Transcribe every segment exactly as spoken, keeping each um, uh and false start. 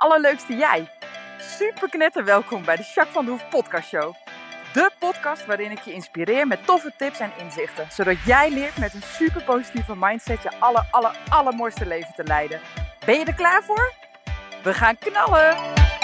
allerleukste jij. Super knetter welkom bij de Jacques van de Hoef podcast show. De podcast waarin ik je inspireer met toffe tips en inzichten. Zodat jij leert met een super positieve mindset je aller, aller, allermooiste leven te leiden. Ben je er klaar voor? We gaan knallen!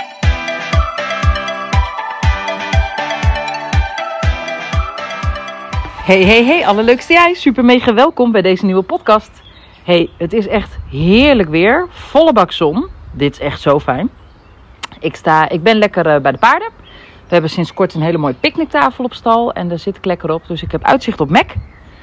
Hey, hey, hey, allerleukste jij. Super mega welkom bij deze nieuwe podcast. Hey, het is echt heerlijk weer. Volle bak zon. Dit is echt zo fijn. Ik, sta, ik ben lekker uh, bij de paarden. We hebben sinds kort een hele mooie picknicktafel op stal. En daar zit ik lekker op. Dus ik heb uitzicht op Mac.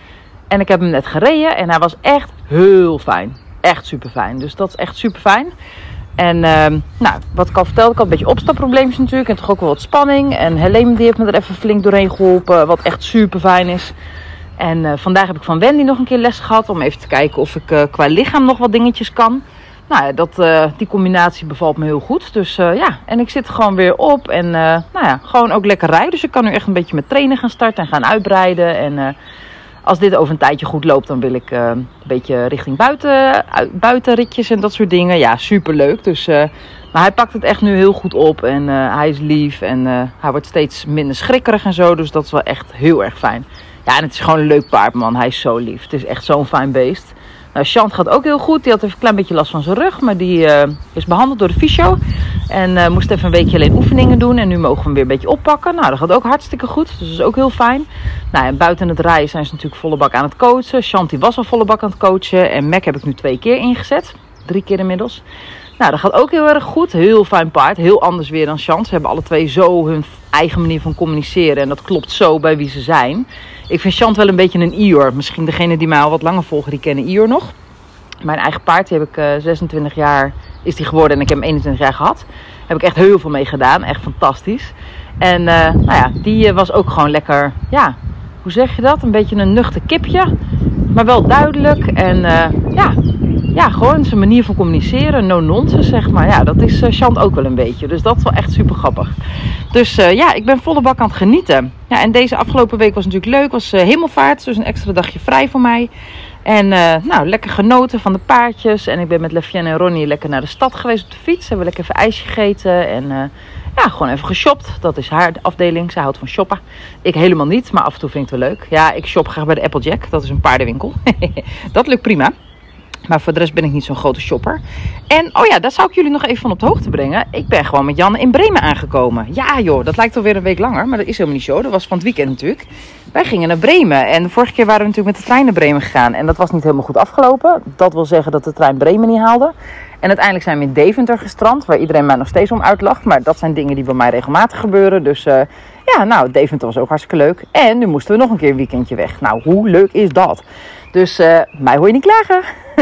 En ik heb hem net gereden. En hij was echt heel fijn. Echt super fijn. Dus dat is echt super fijn. En uh, nou, wat ik al vertelde, ik had een beetje opstapprobleempjes natuurlijk. En toch ook wel wat spanning. En Helene die heeft me er even flink doorheen geholpen. Wat echt super fijn is. En uh, vandaag heb ik van Wendy nog een keer les gehad. Om even te kijken of ik uh, qua lichaam nog wat dingetjes kan. Nou, dat, uh, die combinatie bevalt me heel goed. Dus uh, ja, en ik zit er gewoon weer op. En uh, nou ja, gewoon ook lekker rijden. Dus ik kan nu echt een beetje met trainen gaan starten en gaan uitbreiden. En uh, als dit over een tijdje goed loopt, dan wil ik uh, een beetje richting buiten, uit, buitenritjes en dat soort dingen. Ja, superleuk. Dus, uh, maar hij pakt het echt nu heel goed op. En uh, hij is lief. En uh, hij wordt steeds minder schrikkerig en zo. Dus dat is wel echt heel erg fijn. Ja, en het is gewoon een leuk paard, man. Hij is zo lief. Het is echt zo'n fijn beest. Nou, Chant gaat ook heel goed. Die had even een klein beetje last van zijn rug. Maar die uh, is behandeld door de fysio. En uh, moest even een weekje alleen oefeningen doen. En nu mogen we hem weer een beetje oppakken. Nou, dat gaat ook hartstikke goed. Dus dat is ook heel fijn. Nou, en buiten het rijden zijn ze natuurlijk volle bak aan het coachen. Chant die was al volle bak aan het coachen. En Mac heb ik nu twee keer ingezet. Drie keer inmiddels. Nou, dat gaat ook heel erg goed. Heel fijn paard. Heel anders weer dan Chant. Ze hebben alle twee zo hun eigen manier van communiceren. En dat klopt zo bij wie ze zijn. Ik vind Chant wel een beetje een Ior. Misschien degene die mij al wat langer volgen, die kennen Ior nog. Mijn eigen paard, die heb ik uh, zesentwintig jaar is die geworden en ik heb hem eenentwintig jaar gehad. Daar heb ik echt heel veel mee gedaan. Echt fantastisch. En uh, nou ja, die uh, was ook gewoon lekker, ja, hoe zeg je dat? Een beetje een nuchter kipje. Maar wel duidelijk. En uh, ja, ja, gewoon zijn manier van communiceren. No nonsense, zeg maar. Ja, dat is uh, Chant ook wel een beetje. Dus dat is wel echt super grappig. Dus uh, ja, ik ben volle bak aan het genieten. Ja, en deze afgelopen week was natuurlijk leuk. Was uh, hemelvaart, dus een extra dagje vrij voor mij. En uh, nou, lekker genoten van de paardjes. En ik ben met Lefienne en Ronnie lekker naar de stad geweest op de fiets. Hebben lekker even ijsje gegeten. En uh, ja, gewoon even geshopt. Dat is haar afdeling. Zij houdt van shoppen. Ik helemaal niet, maar af en toe vind ik het wel leuk. Ja, ik shop graag bij de Applejack. Dat is een paardenwinkel. Dat lukt prima. Maar voor de rest ben ik niet zo'n grote shopper. En oh ja, daar zou ik jullie nog even van op de hoogte brengen. Ik ben gewoon met Janne in Bremen aangekomen. Ja joh, dat lijkt alweer een week langer. Maar dat is helemaal niet zo. Dat was van het weekend natuurlijk. Wij gingen naar Bremen. En de vorige keer waren we natuurlijk met de trein naar Bremen gegaan. En dat was niet helemaal goed afgelopen. Dat wil zeggen dat de trein Bremen niet haalde. En uiteindelijk zijn we in Deventer gestrand. Waar iedereen mij nog steeds om uitlacht. Maar dat zijn dingen die bij mij regelmatig gebeuren. Dus uh, ja, nou, Deventer was ook hartstikke leuk. En nu moesten we nog een keer een weekendje weg. Nou, hoe leuk is dat? Dus uh, mij hoor je niet klagen.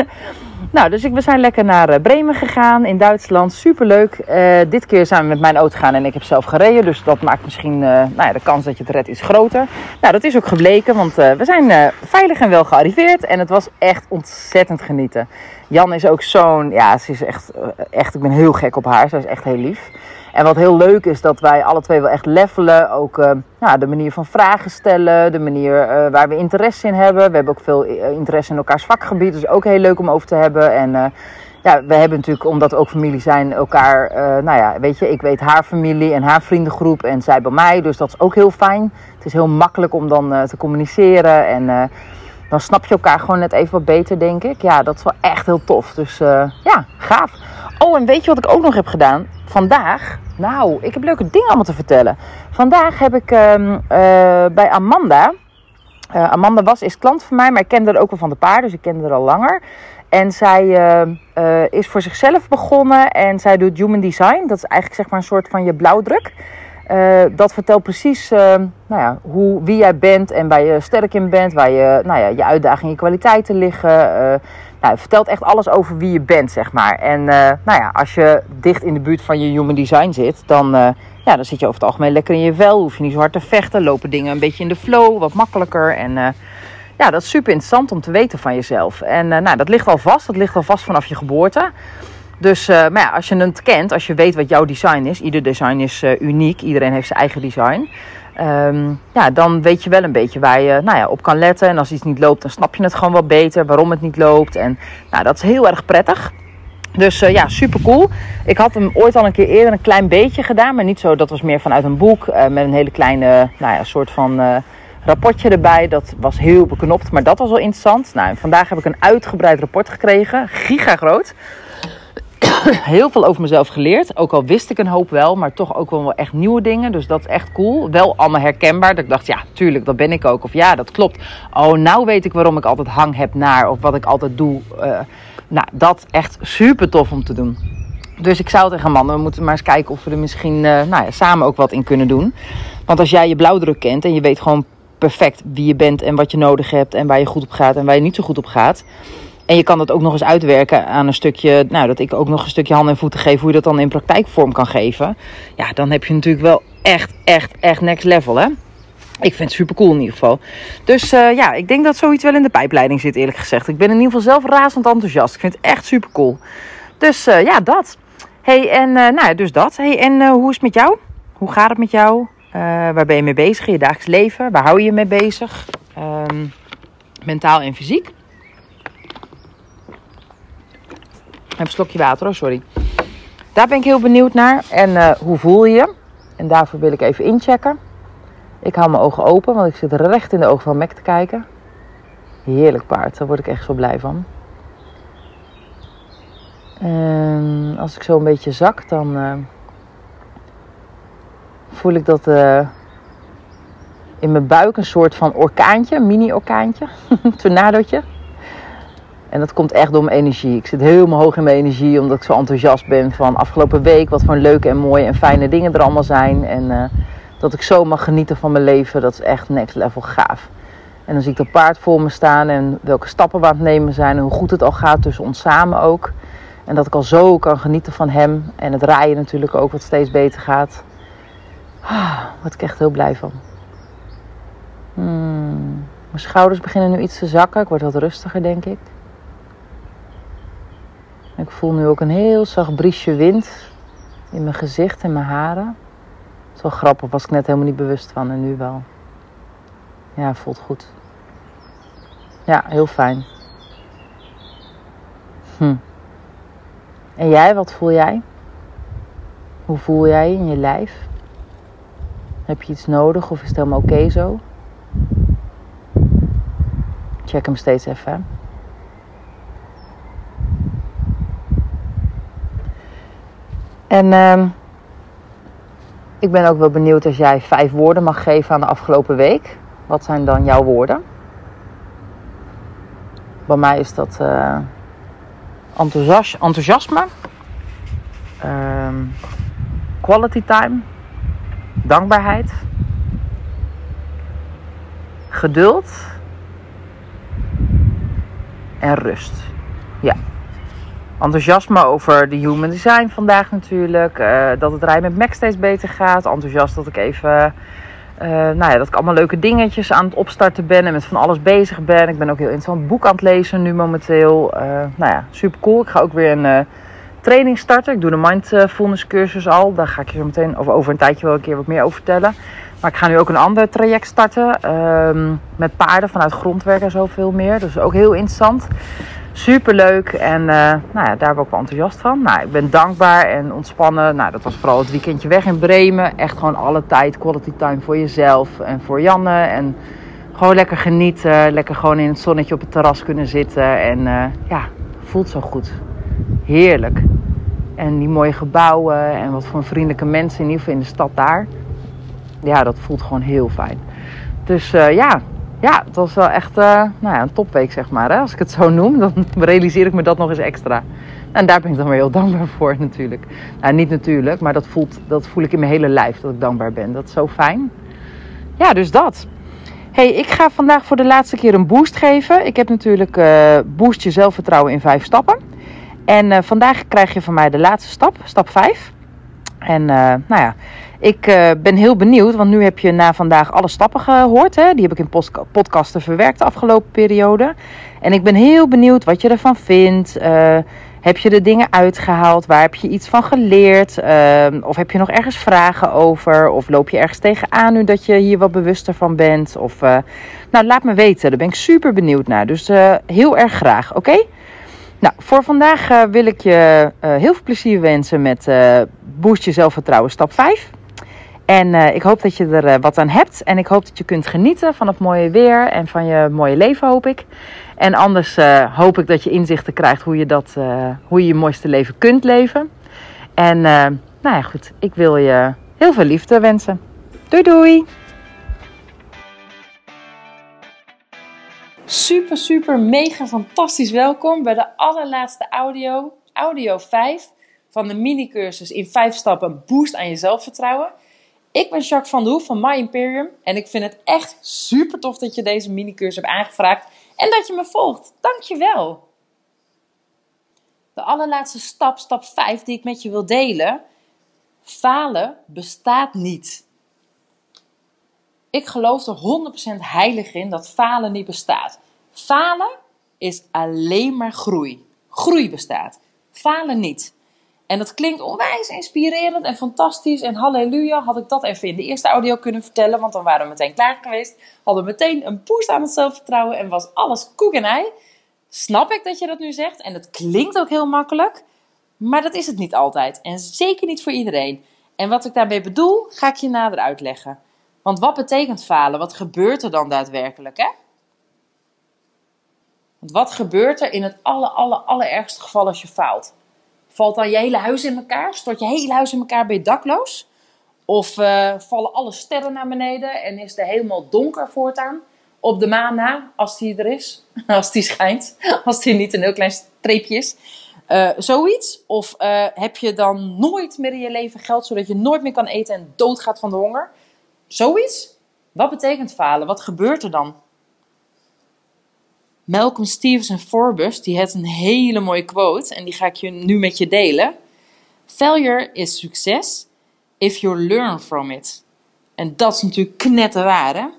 Nou, dus ik, we zijn lekker naar uh, Bremen gegaan in Duitsland. Superleuk. Uh, dit keer zijn we met mijn auto gegaan en ik heb zelf gereden. Dus dat maakt misschien, uh, nou ja, de kans dat je het redt is groter. Nou, dat is ook gebleken, want uh, we zijn uh, veilig en wel gearriveerd. En het was echt ontzettend genieten. Jan is ook zo'n, ja, ze is echt, uh, echt, ik ben heel gek op haar. Ze is echt heel lief. En wat heel leuk is, dat wij alle twee wel echt levelen. Ook uh, ja, de manier van vragen stellen, de manier uh, waar we interesse in hebben. We hebben ook veel interesse in elkaars vakgebied, dus ook heel leuk om over te hebben. En uh, ja, we hebben natuurlijk, omdat we ook familie zijn, elkaar, uh, nou ja, weet je, ik weet haar familie en haar vriendengroep en zij bij mij. Dus dat is ook heel fijn. Het is heel makkelijk om dan uh, te communiceren en uh, dan snap je elkaar gewoon net even wat beter, denk ik. Ja, dat is wel echt heel tof. Dus uh, ja, gaaf. Oh, en weet je wat ik ook nog heb gedaan? Vandaag, nou, ik heb leuke dingen allemaal te vertellen. Vandaag heb ik uh, uh, bij Amanda, uh, Amanda was is klant van mij, maar ik kende haar ook wel van de paarden, dus ik kende haar al langer. En zij uh, uh, is voor zichzelf begonnen en zij doet human design. Dat is eigenlijk zeg maar een soort van je blauwdruk. Uh, dat vertelt precies uh, nou ja, hoe, wie jij bent en waar je sterk in bent, waar je, nou ja, je uitdagingen en je kwaliteiten liggen. Uh, nou, het vertelt echt alles over wie je bent, zeg maar. En uh, nou ja, als je dicht in de buurt van je human design zit, dan, uh, ja, dan zit je over het algemeen lekker in je vel. Hoef je niet zo hard te vechten, lopen dingen een beetje in de flow, wat makkelijker. En uh, ja, dat is super interessant om te weten van jezelf. En uh, nou, dat ligt al vast, dat ligt al vast vanaf je geboorte. Dus uh, maar ja, als je het kent, als je weet wat jouw design is, ieder design is uh, uniek, iedereen heeft zijn eigen design. Um, ja, dan weet je wel een beetje waar je nou ja, op kan letten. En als iets niet loopt, dan snap je het gewoon wat beter, waarom het niet loopt. En nou, dat is heel erg prettig. Dus uh, ja, super cool. Ik had hem ooit al een keer eerder een klein beetje gedaan. Maar niet zo, dat was meer vanuit een boek. Uh, met een hele kleine, nou ja, soort van uh, rapportje erbij. Dat was heel beknopt, maar dat was wel interessant. Nou, en vandaag heb ik een uitgebreid rapport gekregen. Giga groot. Heel veel over mezelf geleerd. Ook al wist ik een hoop wel, maar toch ook wel echt nieuwe dingen. Dus dat is echt cool. Wel allemaal herkenbaar. Dat ik dacht, ja, tuurlijk, dat ben ik ook. Of ja, dat klopt. Oh, nou weet ik waarom ik altijd hang heb naar. Of wat ik altijd doe. Uh, nou, dat echt super tof om te doen. Dus ik zou tegen man, we moeten maar eens kijken of we er misschien uh, nou ja, samen ook wat in kunnen doen. Want als jij je blauwdruk kent en je weet gewoon perfect wie je bent en wat je nodig hebt en waar je goed op gaat en waar je niet zo goed op gaat. En je kan dat ook nog eens uitwerken aan een stukje, nou dat ik ook nog een stukje handen en voeten geef, hoe je dat dan in praktijkvorm kan geven. Ja, dan heb je natuurlijk wel echt, echt, echt next level, hè. Ik vind het super cool in ieder geval. Dus uh, ja, ik denk dat zoiets wel in de pijpleiding zit, eerlijk gezegd. Ik ben in ieder geval zelf razend enthousiast. Ik vind het echt super cool. Dus uh, ja, dat. Hey, en uh, nou ja, dus dat. Hey, en uh, hoe is het met jou? Hoe gaat het met jou? Uh, waar ben je mee bezig in je dagelijks leven? Waar hou je je mee bezig? Um, mentaal en fysiek. Even een slokje water, oh sorry. Daar ben ik heel benieuwd naar. En uh, hoe voel je je? En daarvoor wil ik even inchecken. Ik hou mijn ogen open, want ik zit recht in de ogen van Mac te kijken. Heerlijk paard, daar word ik echt zo blij van. En als ik zo een beetje zak, dan uh, voel ik dat uh, in mijn buik een soort van orkaantje, een mini-orkaantje, een tornadootje. En dat komt echt door mijn energie. Ik zit helemaal hoog in mijn energie, omdat ik zo enthousiast ben van afgelopen week. Wat voor leuke en mooie en fijne dingen er allemaal zijn. En uh, dat ik zo mag genieten van mijn leven, dat is echt next level gaaf. En dan zie ik dat paard voor me staan en welke stappen we aan het nemen zijn. En hoe goed het al gaat tussen ons samen ook. En dat ik al zo kan genieten van hem. En het rijden natuurlijk ook, wat steeds beter gaat. Ah, daar word ik echt heel blij van. Hmm. Mijn schouders beginnen nu iets te zakken. Ik word wat rustiger, denk ik. Ik voel nu ook een heel zacht briesje wind in mijn gezicht en mijn haren. Dat is wel grappig, was ik net helemaal niet bewust van en nu wel. Ja, voelt goed. Ja, heel fijn. Hm. En jij, wat voel jij? Hoe voel jij in je lijf? Heb je iets nodig of is het helemaal oké zo? Check hem steeds even, hè? En uh, ik ben ook wel benieuwd als jij vijf woorden mag geven aan de afgelopen week. Wat zijn dan jouw woorden? Bij mij is dat uh, enthousias- enthousiasme, uh, quality time, dankbaarheid, geduld en rust. Ja. Enthousiasme over de human design vandaag natuurlijk. Uh, dat het rijden met Mac steeds beter gaat. Enthousiast dat ik even... Uh, nou ja, dat ik allemaal leuke dingetjes aan het opstarten ben. En met van alles bezig ben. Ik ben ook heel interessant een boek aan het lezen nu momenteel. Uh, nou ja, super cool. Ik ga ook weer een uh, training starten. Ik doe de mindfulness cursus al. Daar ga ik je zo meteen over, over een tijdje wel een keer wat meer over vertellen. Maar ik ga nu ook een ander traject starten. Uh, met paarden vanuit grondwerk en zoveel meer. Dus ook heel interessant. Super leuk en uh, nou ja, daar ben ik ook wel enthousiast van. Nou, ik ben dankbaar en ontspannen. Nou, dat was vooral het weekendje weg in Bremen. Echt gewoon alle tijd, quality time voor jezelf en voor Janne. En gewoon lekker genieten. Lekker gewoon in het zonnetje op het terras kunnen zitten. En uh, ja, voelt zo goed. Heerlijk. En die mooie gebouwen en wat voor vriendelijke mensen in ieder geval in de stad daar. Ja, dat voelt gewoon heel fijn. Dus uh, ja... Ja, het was wel echt uh, nou ja, een topweek, zeg maar. Hè? Als ik het zo noem, dan realiseer ik me dat nog eens extra. En daar ben ik dan weer heel dankbaar voor natuurlijk. Nou, niet natuurlijk, maar dat, voelt, dat voel ik in mijn hele lijf, dat ik dankbaar ben. Dat is zo fijn. Ja, dus dat. Hey, ik ga vandaag voor de laatste keer een boost geven. Ik heb natuurlijk uh, Boost je zelfvertrouwen in vijf stappen. En uh, vandaag krijg je van mij de laatste stap, stap vijf. En uh, nou ja, ik uh, ben heel benieuwd, want nu heb je na vandaag alle stappen gehoord. Hè? Die heb ik in post- podcasten verwerkt de afgelopen periode. En ik ben heel benieuwd wat je ervan vindt. Uh, heb je de dingen uitgehaald? Waar heb je iets van geleerd? Uh, of heb je nog ergens vragen over? Of loop je ergens tegenaan nu dat je hier wat bewuster van bent? Of, uh, nou, laat me weten. Daar ben ik super benieuwd naar. Dus uh, heel erg graag, oké? Okay? Nou, voor vandaag uh, wil ik je uh, heel veel plezier wensen met uh, Boost je zelfvertrouwen stap vijf. En uh, ik hoop dat je er uh, wat aan hebt. En ik hoop dat je kunt genieten van het mooie weer en van je mooie leven, hoop ik. En anders uh, hoop ik dat je inzichten krijgt hoe je, dat, uh, hoe je je mooiste leven kunt leven. En uh, nou ja, goed, ik wil je heel veel liefde wensen. Doei doei! Super, super, mega fantastisch welkom bij de allerlaatste audio, audio vijf van de mini-cursus in vijf stappen Boost aan je zelfvertrouwen. Ik ben Jacques van der Hoef van My Imperium en ik vind het echt super tof dat je deze mini-cursus hebt aangevraagd en dat je me volgt. Dankjewel! De allerlaatste stap, stap vijf, die ik met je wil delen. Falen bestaat niet. Ik geloof er honderd procent heilig in dat falen niet bestaat. Falen is alleen maar groei. Groei bestaat. Falen niet. En dat klinkt onwijs inspirerend en fantastisch. En halleluja, had ik dat even in de eerste audio kunnen vertellen. Want dan waren we meteen klaar geweest. Hadden we meteen een boost aan het zelfvertrouwen. En was alles koek en ei. Snap ik dat je dat nu zegt. En het klinkt ook heel makkelijk. Maar dat is het niet altijd. En zeker niet voor iedereen. En wat ik daarmee bedoel, ga ik je nader uitleggen. Want wat betekent falen? Wat gebeurt er dan daadwerkelijk, hè? Want wat gebeurt er in het aller, aller, allerergste geval als je faalt? Valt dan je hele huis in elkaar? Stort je hele huis in elkaar, ben je dakloos? Of uh, vallen alle sterren naar beneden en is het helemaal donker voortaan? Op de maan na, als die er is. Als die schijnt. Als die niet een heel klein streepje is. Uh, zoiets. Of uh, heb je dan nooit meer in je leven geld, zodat je nooit meer kan eten en doodgaat van de honger? Zoiets? Wat betekent falen? Wat gebeurt er dan? Malcolm Stevenson Forbes, die heeft een hele mooie quote en die ga ik je nu met je delen. Failure is success if you learn from it. En dat is natuurlijk knetterwaar, hè?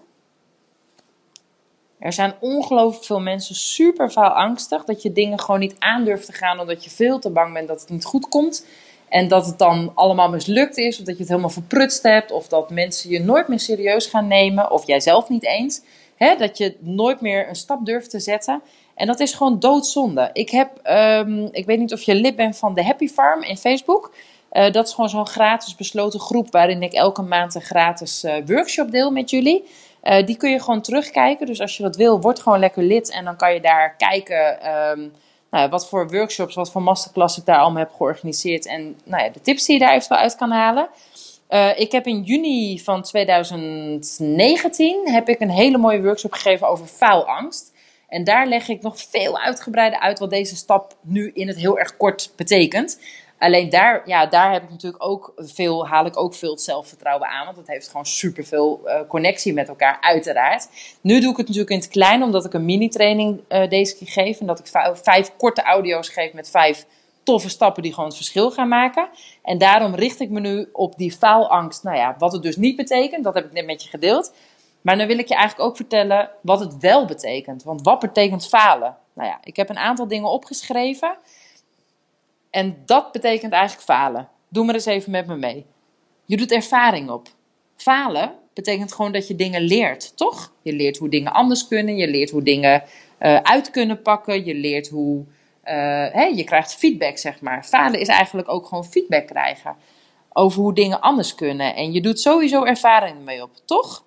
Er zijn ongelooflijk veel mensen super faalangstig dat je dingen gewoon niet aandurft te gaan omdat je veel te bang bent dat het niet goed komt. En dat het dan allemaal mislukt is, of dat je het helemaal verprutst hebt, of dat mensen je nooit meer serieus gaan nemen, of jijzelf niet eens. Hè, dat je nooit meer een stap durft te zetten. En dat is gewoon doodzonde. Ik heb, um, ik weet niet of je lid bent van de Happy Farm in Facebook. Uh, dat is gewoon zo'n gratis besloten groep waarin ik elke maand een gratis uh, workshop deel met jullie. Uh, die kun je gewoon terugkijken. Dus als je dat wil, word gewoon lekker lid. En dan kan je daar kijken um, nou, wat voor workshops, wat voor masterclass ik daar allemaal heb georganiseerd. En nou ja, de tips die je daar eventueel uit kan halen. Uh, ik heb in juni van twintig negentien heb ik een hele mooie workshop gegeven over faalangst. En daar leg ik nog veel uitgebreider uit wat deze stap nu in het heel erg kort betekent. Alleen daar, ja, daar heb ik natuurlijk ook veel, haal ik ook veel het zelfvertrouwen aan. Want dat heeft gewoon superveel uh, connectie met elkaar, uiteraard. Nu doe ik het natuurlijk in het klein, omdat ik een mini-training uh, deze keer geef. En dat ik vijf, vijf korte audio's geef met vijf toffe stappen die gewoon het verschil gaan maken. En daarom richt ik me nu op die faalangst. Nou ja, wat het dus niet betekent, dat heb ik net met je gedeeld. Maar dan wil ik je eigenlijk ook vertellen wat het wel betekent. Want wat betekent falen? Nou ja, ik heb een aantal dingen opgeschreven. En dat betekent eigenlijk falen. Doe maar eens even met me mee. Je doet ervaring op. Falen betekent gewoon dat je dingen leert, toch? Je leert hoe dingen anders kunnen. Je leert hoe dingen uh, uit kunnen pakken. Je leert hoe... Uh, hè, je krijgt feedback, zeg maar. Falen is eigenlijk ook gewoon feedback krijgen. Over hoe dingen anders kunnen. En je doet sowieso ervaring mee op, toch?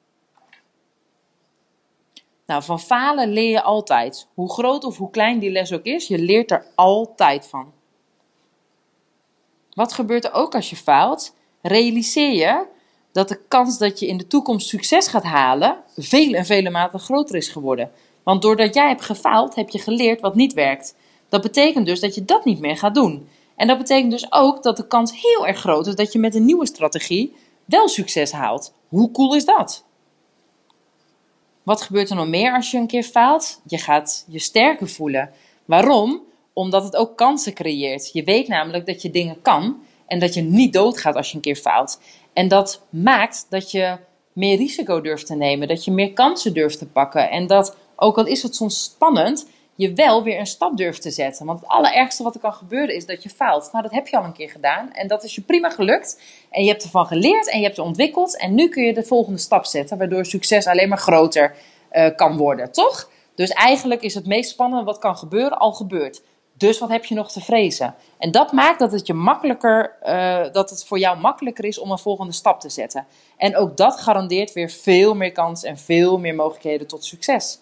Nou, van falen leer je altijd. Hoe groot of hoe klein die les ook is, je leert er altijd van. Wat gebeurt er ook als je faalt? Realiseer je dat de kans dat je in de toekomst succes gaat halen veel en vele mate groter is geworden. Want doordat jij hebt gefaald, heb je geleerd wat niet werkt. Dat betekent dus dat je dat niet meer gaat doen. En dat betekent dus ook dat de kans heel erg groot is dat je met een nieuwe strategie wel succes haalt. Hoe cool is dat? Wat gebeurt er nog meer als je een keer faalt? Je gaat je sterker voelen. Waarom? Omdat het ook kansen creëert. Je weet namelijk dat je dingen kan en dat je niet doodgaat als je een keer faalt. En dat maakt dat je meer risico durft te nemen, dat je meer kansen durft te pakken. En dat, ook al is het soms spannend, je wel weer een stap durft te zetten. Want het allerergste wat er kan gebeuren is dat je faalt. Nou, dat heb je al een keer gedaan en dat is je prima gelukt. En je hebt ervan geleerd en je hebt er ontwikkeld. En nu kun je de volgende stap zetten, waardoor succes alleen maar groter uh, kan worden, toch? Dus eigenlijk is het meest spannende wat kan gebeuren al gebeurd. Dus wat heb je nog te vrezen? En dat maakt dat het, je makkelijker, uh, dat het voor jou makkelijker is om een volgende stap te zetten. En ook dat garandeert weer veel meer kans en veel meer mogelijkheden tot succes.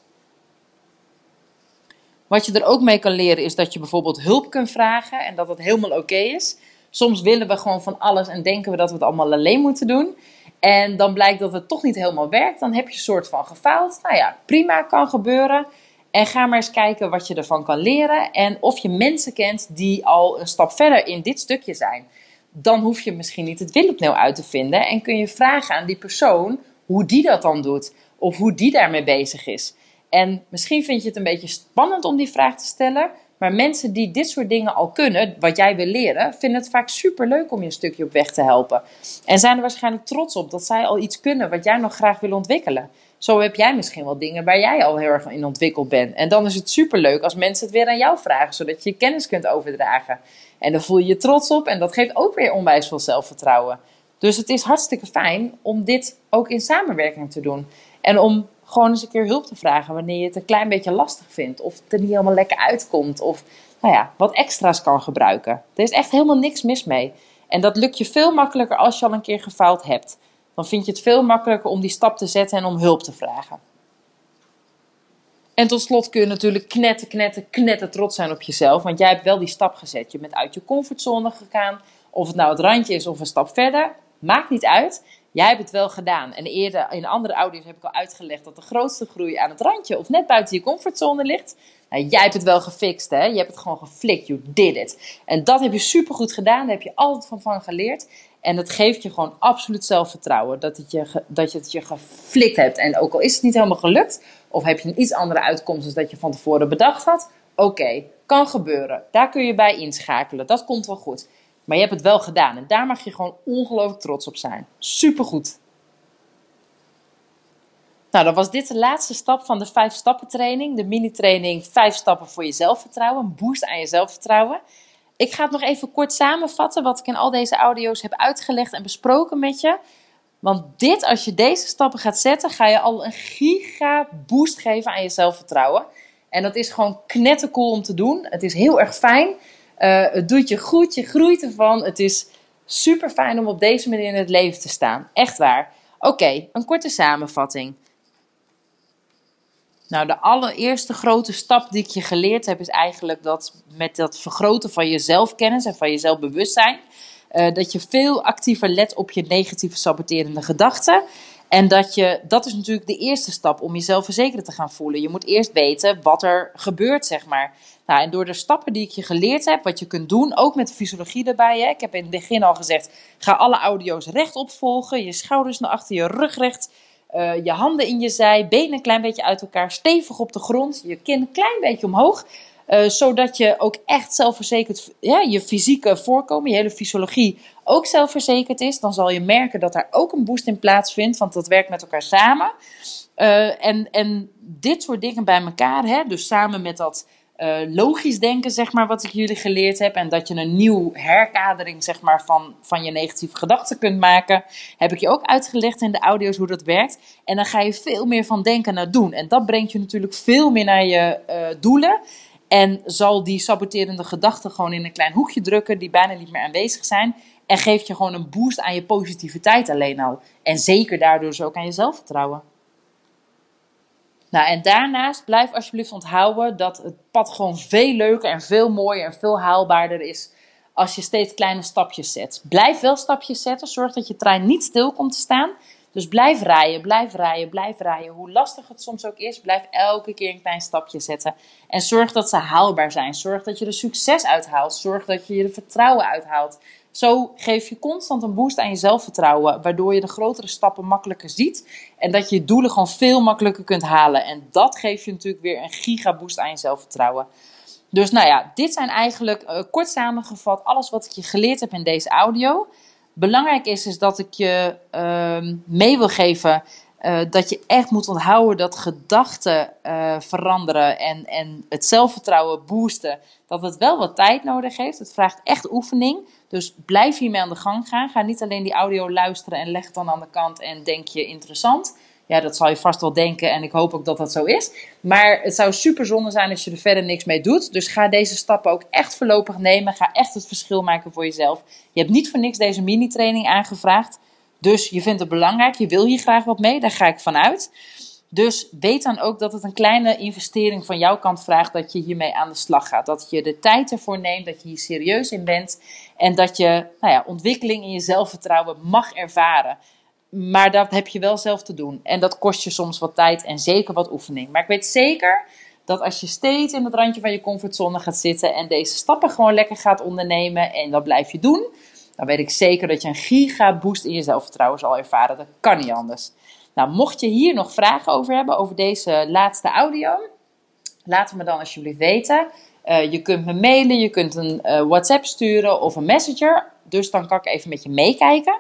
Wat je er ook mee kan leren is dat je bijvoorbeeld hulp kunt vragen en dat dat helemaal oké is. Soms willen we gewoon van alles en denken we dat we het allemaal alleen moeten doen. En dan blijkt dat het toch niet helemaal werkt. Dan heb je een soort van gefaald. Nou ja, prima, kan gebeuren. En ga maar eens kijken wat je ervan kan leren. En of je mensen kent die al een stap verder in dit stukje zijn. Dan hoef je misschien niet het wiel opnieuw uit te vinden. En kun je vragen aan die persoon hoe die dat dan doet. Of hoe die daarmee bezig is. En misschien vind je het een beetje spannend om die vraag te stellen. Maar mensen die dit soort dingen al kunnen, wat jij wil leren, vinden het vaak superleuk om je een stukje op weg te helpen. En zijn er waarschijnlijk trots op dat zij al iets kunnen wat jij nog graag wil ontwikkelen. Zo heb jij misschien wel dingen waar jij al heel erg in ontwikkeld bent. En dan is het superleuk als mensen het weer aan jou vragen, zodat je je kennis kunt overdragen. En dan voel je je trots op en dat geeft ook weer onwijs veel zelfvertrouwen. Dus het is hartstikke fijn om dit ook in samenwerking te doen. En om gewoon eens een keer hulp te vragen wanneer je het een klein beetje lastig vindt. Of het er niet helemaal lekker uitkomt. Of nou ja, wat extra's kan gebruiken. Er is echt helemaal niks mis mee. En dat lukt je veel makkelijker als je al een keer gefaald hebt. Dan vind je het veel makkelijker om die stap te zetten en om hulp te vragen. En tot slot kun je natuurlijk knetter, knetter, knetter trots zijn op jezelf. Want jij hebt wel die stap gezet. Je bent uit je comfortzone gegaan. Of het nou het randje is of een stap verder. Maakt niet uit. Jij hebt het wel gedaan. En eerder in andere audio's heb ik al uitgelegd dat de grootste groei aan het randje of net buiten je comfortzone ligt. Nou, jij hebt het wel gefixt, hè? Je hebt het gewoon geflikt. You did it. En dat heb je supergoed gedaan. Daar heb je altijd van, van geleerd. En dat geeft je gewoon absoluut zelfvertrouwen. Dat, het je, dat je het je geflikt hebt. En ook al is het niet helemaal gelukt. Of heb je een iets andere uitkomst dan dat je van tevoren bedacht had. Oké, okay, kan gebeuren. Daar kun je bij inschakelen. Dat komt wel goed. Maar je hebt het wel gedaan. En daar mag je gewoon ongelooflijk trots op zijn. Supergoed. Nou, dan was dit de laatste stap van de vijf stappen training. De mini training vijf stappen voor je zelfvertrouwen. Een boost aan je zelfvertrouwen. Ik ga het nog even kort samenvatten wat ik in al deze audio's heb uitgelegd en besproken met je. Want dit, als je deze stappen gaat zetten, ga je al een giga boost geven aan je zelfvertrouwen. En dat is gewoon knettercool om te doen. Het is heel erg fijn. Uh, het doet je goed, je groeit ervan. Het is super fijn om op deze manier in het leven te staan. Echt waar. Oké, okay, een korte samenvatting. Nou, de allereerste grote stap die ik je geleerd heb is eigenlijk dat met dat vergroten van je zelfkennis en van je zelfbewustzijn, uh, dat je veel actiever let op je negatieve saboterende gedachten. En dat je, dat is natuurlijk de eerste stap om jezelf verzekerd te gaan voelen. Je moet eerst weten wat er gebeurt, zeg maar. Nou, en door de stappen die ik je geleerd heb, wat je kunt doen, ook met de fysiologie erbij. Hè. Ik heb in het begin al gezegd, ga alle audio's rechtop volgen. Je schouders naar achter, je rug recht. Uh, je handen in je zij, benen een klein beetje uit elkaar, stevig op de grond, je kin een klein beetje omhoog. Uh, zodat je ook echt zelfverzekerd, ja, je fysieke voorkomen, je hele fysiologie ook zelfverzekerd is. Dan zal je merken dat daar ook een boost in plaatsvindt, want dat werkt met elkaar samen. Uh, en, en dit soort dingen bij elkaar, hè, dus samen met dat uh, logisch denken, zeg maar, wat ik jullie geleerd heb. En dat je een nieuw herkadering, zeg maar, van, van je negatieve gedachten kunt maken. Heb ik je ook uitgelegd in de audio's hoe dat werkt. En dan ga je veel meer van denken naar doen. En dat brengt je natuurlijk veel meer naar je uh, doelen. En zal die saboterende gedachten gewoon in een klein hoekje drukken, die bijna niet meer aanwezig zijn. En geeft je gewoon een boost aan je positiviteit alleen al. En zeker daardoor dus ook aan je zelfvertrouwen. Nou, en daarnaast blijf alsjeblieft onthouden dat het pad gewoon veel leuker en veel mooier en veel haalbaarder is als je steeds kleine stapjes zet. Blijf wel stapjes zetten, zorg dat je trein niet stil komt te staan. Dus blijf rijden, blijf rijden, blijf rijden. Hoe lastig het soms ook is, blijf elke keer een klein stapje zetten. En zorg dat ze haalbaar zijn. Zorg dat je er succes uithaalt. Zorg dat je er vertrouwen uithaalt. Zo geef je constant een boost aan je zelfvertrouwen, waardoor je de grotere stappen makkelijker ziet. En dat je je doelen gewoon veel makkelijker kunt halen. En dat geeft je natuurlijk weer een giga boost aan je zelfvertrouwen. Dus nou ja, dit zijn eigenlijk uh, kort samengevat alles wat ik je geleerd heb in deze audio. Belangrijk is, is dat ik je uh, mee wil geven uh, dat je echt moet onthouden dat gedachten uh, veranderen en, en het zelfvertrouwen boosten, dat het wel wat tijd nodig heeft. Het vraagt echt oefening. Dus blijf hiermee aan de gang gaan. Ga niet alleen die audio luisteren en leg het dan aan de kant en denk je interessant. Ja, dat zal je vast wel denken en ik hoop ook dat dat zo is. Maar het zou super zonde zijn als je er verder niks mee doet. Dus ga deze stappen ook echt voorlopig nemen. Ga echt het verschil maken voor jezelf. Je hebt niet voor niks deze mini-training aangevraagd. Dus je vindt het belangrijk. Je wil hier graag wat mee. Daar ga ik vanuit. Dus weet dan ook dat het een kleine investering van jouw kant vraagt dat je hiermee aan de slag gaat. Dat je de tijd ervoor neemt, dat je hier serieus in bent. En dat je nou ja, ontwikkeling in je zelfvertrouwen mag ervaren. Maar dat heb je wel zelf te doen. En dat kost je soms wat tijd en zeker wat oefening. Maar ik weet zeker dat als je steeds in het randje van je comfortzone gaat zitten en deze stappen gewoon lekker gaat ondernemen en dat blijf je doen, dan weet ik zeker dat je een giga boost in je zelfvertrouwen zal ervaren. Dat kan niet anders. Nou, mocht je hier nog vragen over hebben, over deze laatste audio, laat het me dan alsjeblieft weten. Uh, je kunt me mailen, je kunt een uh, WhatsApp sturen of een messenger. Dus dan kan ik even met je meekijken.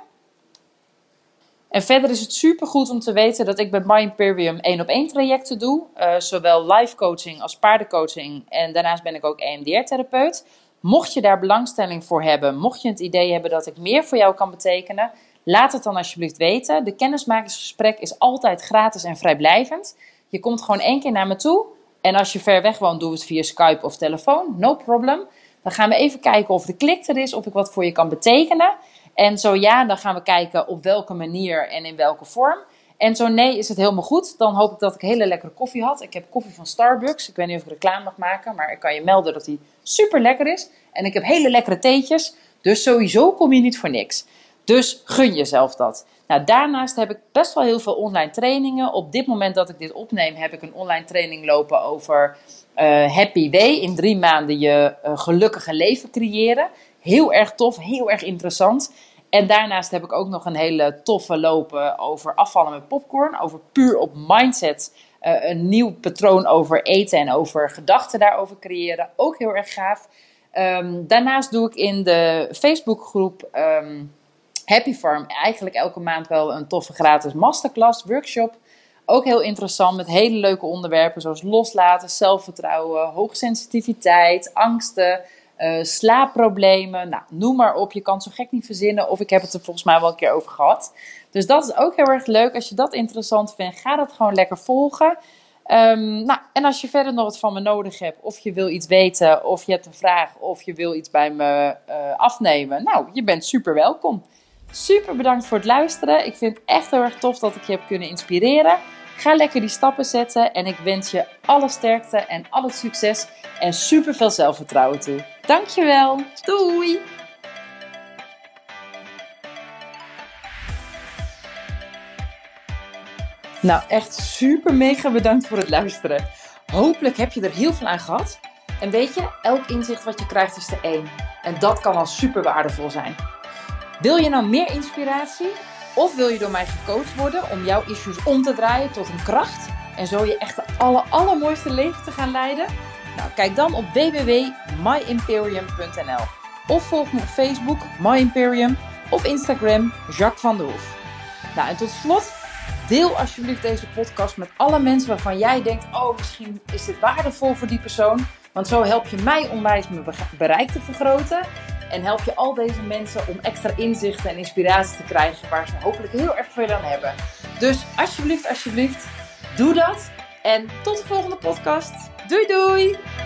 En verder is het supergoed om te weten dat ik bij My Imperium één op één trajecten doe. Uh, zowel live coaching als paardencoaching. En daarnaast ben ik ook E M D R-therapeut. Mocht je daar belangstelling voor hebben, mocht je het idee hebben dat ik meer voor jou kan betekenen, laat het dan alsjeblieft weten. De kennismakingsgesprek is altijd gratis en vrijblijvend. Je komt gewoon één keer naar me toe. En als je ver weg woont, doe het via Skype of telefoon. No problem. Dan gaan we even kijken of de klik er is, of ik wat voor je kan betekenen. En zo ja, dan gaan we kijken op welke manier en in welke vorm. En zo nee, is het helemaal goed. Dan hoop ik dat ik hele lekkere koffie had. Ik heb koffie van Starbucks. Ik weet niet of ik reclame mag maken, maar ik kan je melden dat die super lekker is. En ik heb hele lekkere theetjes. Dus sowieso kom je niet voor niks. Dus gun jezelf dat. Nou, daarnaast heb ik best wel heel veel online trainingen. Op dit moment dat ik dit opneem, heb ik een online training lopen over uh, Happy Way. In drie maanden je uh, gelukkige leven creëren. Heel erg tof, heel erg interessant. En daarnaast heb ik ook nog een hele toffe lopen over afvallen met popcorn. Over puur op mindset. Uh, een nieuw patroon over eten en over gedachten daarover creëren. Ook heel erg gaaf. Um, daarnaast doe ik in de Facebookgroep um, Happy Farm eigenlijk elke maand wel een toffe gratis masterclass, workshop. Ook heel interessant met hele leuke onderwerpen zoals loslaten, zelfvertrouwen, hoogsensitiviteit, angsten, uh, slaapproblemen. Nou, noem maar op, je kan het zo gek niet verzinnen of ik heb het er volgens mij wel een keer over gehad. Dus dat is ook heel erg leuk. Als je dat interessant vindt, ga dat gewoon lekker volgen. Um, nou, en als je verder nog wat van me nodig hebt, of je wil iets weten, of je hebt een vraag, of je wil iets bij me uh, afnemen, nou, je bent super welkom. Super bedankt voor het luisteren. Ik vind het echt heel erg tof dat ik je heb kunnen inspireren. Ga lekker die stappen zetten en ik wens je alle sterkte en al het succes en super veel zelfvertrouwen toe. Dankjewel. Doei! Nou, echt super mega bedankt voor het luisteren. Hopelijk heb je er heel veel aan gehad. En weet je, elk inzicht wat je krijgt is er één. En dat kan al super waardevol zijn. Wil je nou meer inspiratie? Of wil je door mij gecoacht worden om jouw issues om te draaien tot een kracht? En zo je echt de aller, allermooiste leven te gaan leiden? Nou, kijk dan op w w w punt my imperium punt n l. Of volg me op Facebook, My Imperium. Of Instagram, Jacques van der Hoef. Nou, en tot slot, deel alsjeblieft deze podcast met alle mensen waarvan jij denkt, oh, misschien is dit waardevol voor die persoon. Want zo help je mij onwijs mijn bereik te vergroten. En help je al deze mensen om extra inzichten en inspiratie te krijgen waar ze hopelijk heel erg veel aan hebben. Dus alsjeblieft, alsjeblieft, doe dat. En tot de volgende podcast. Doei doei!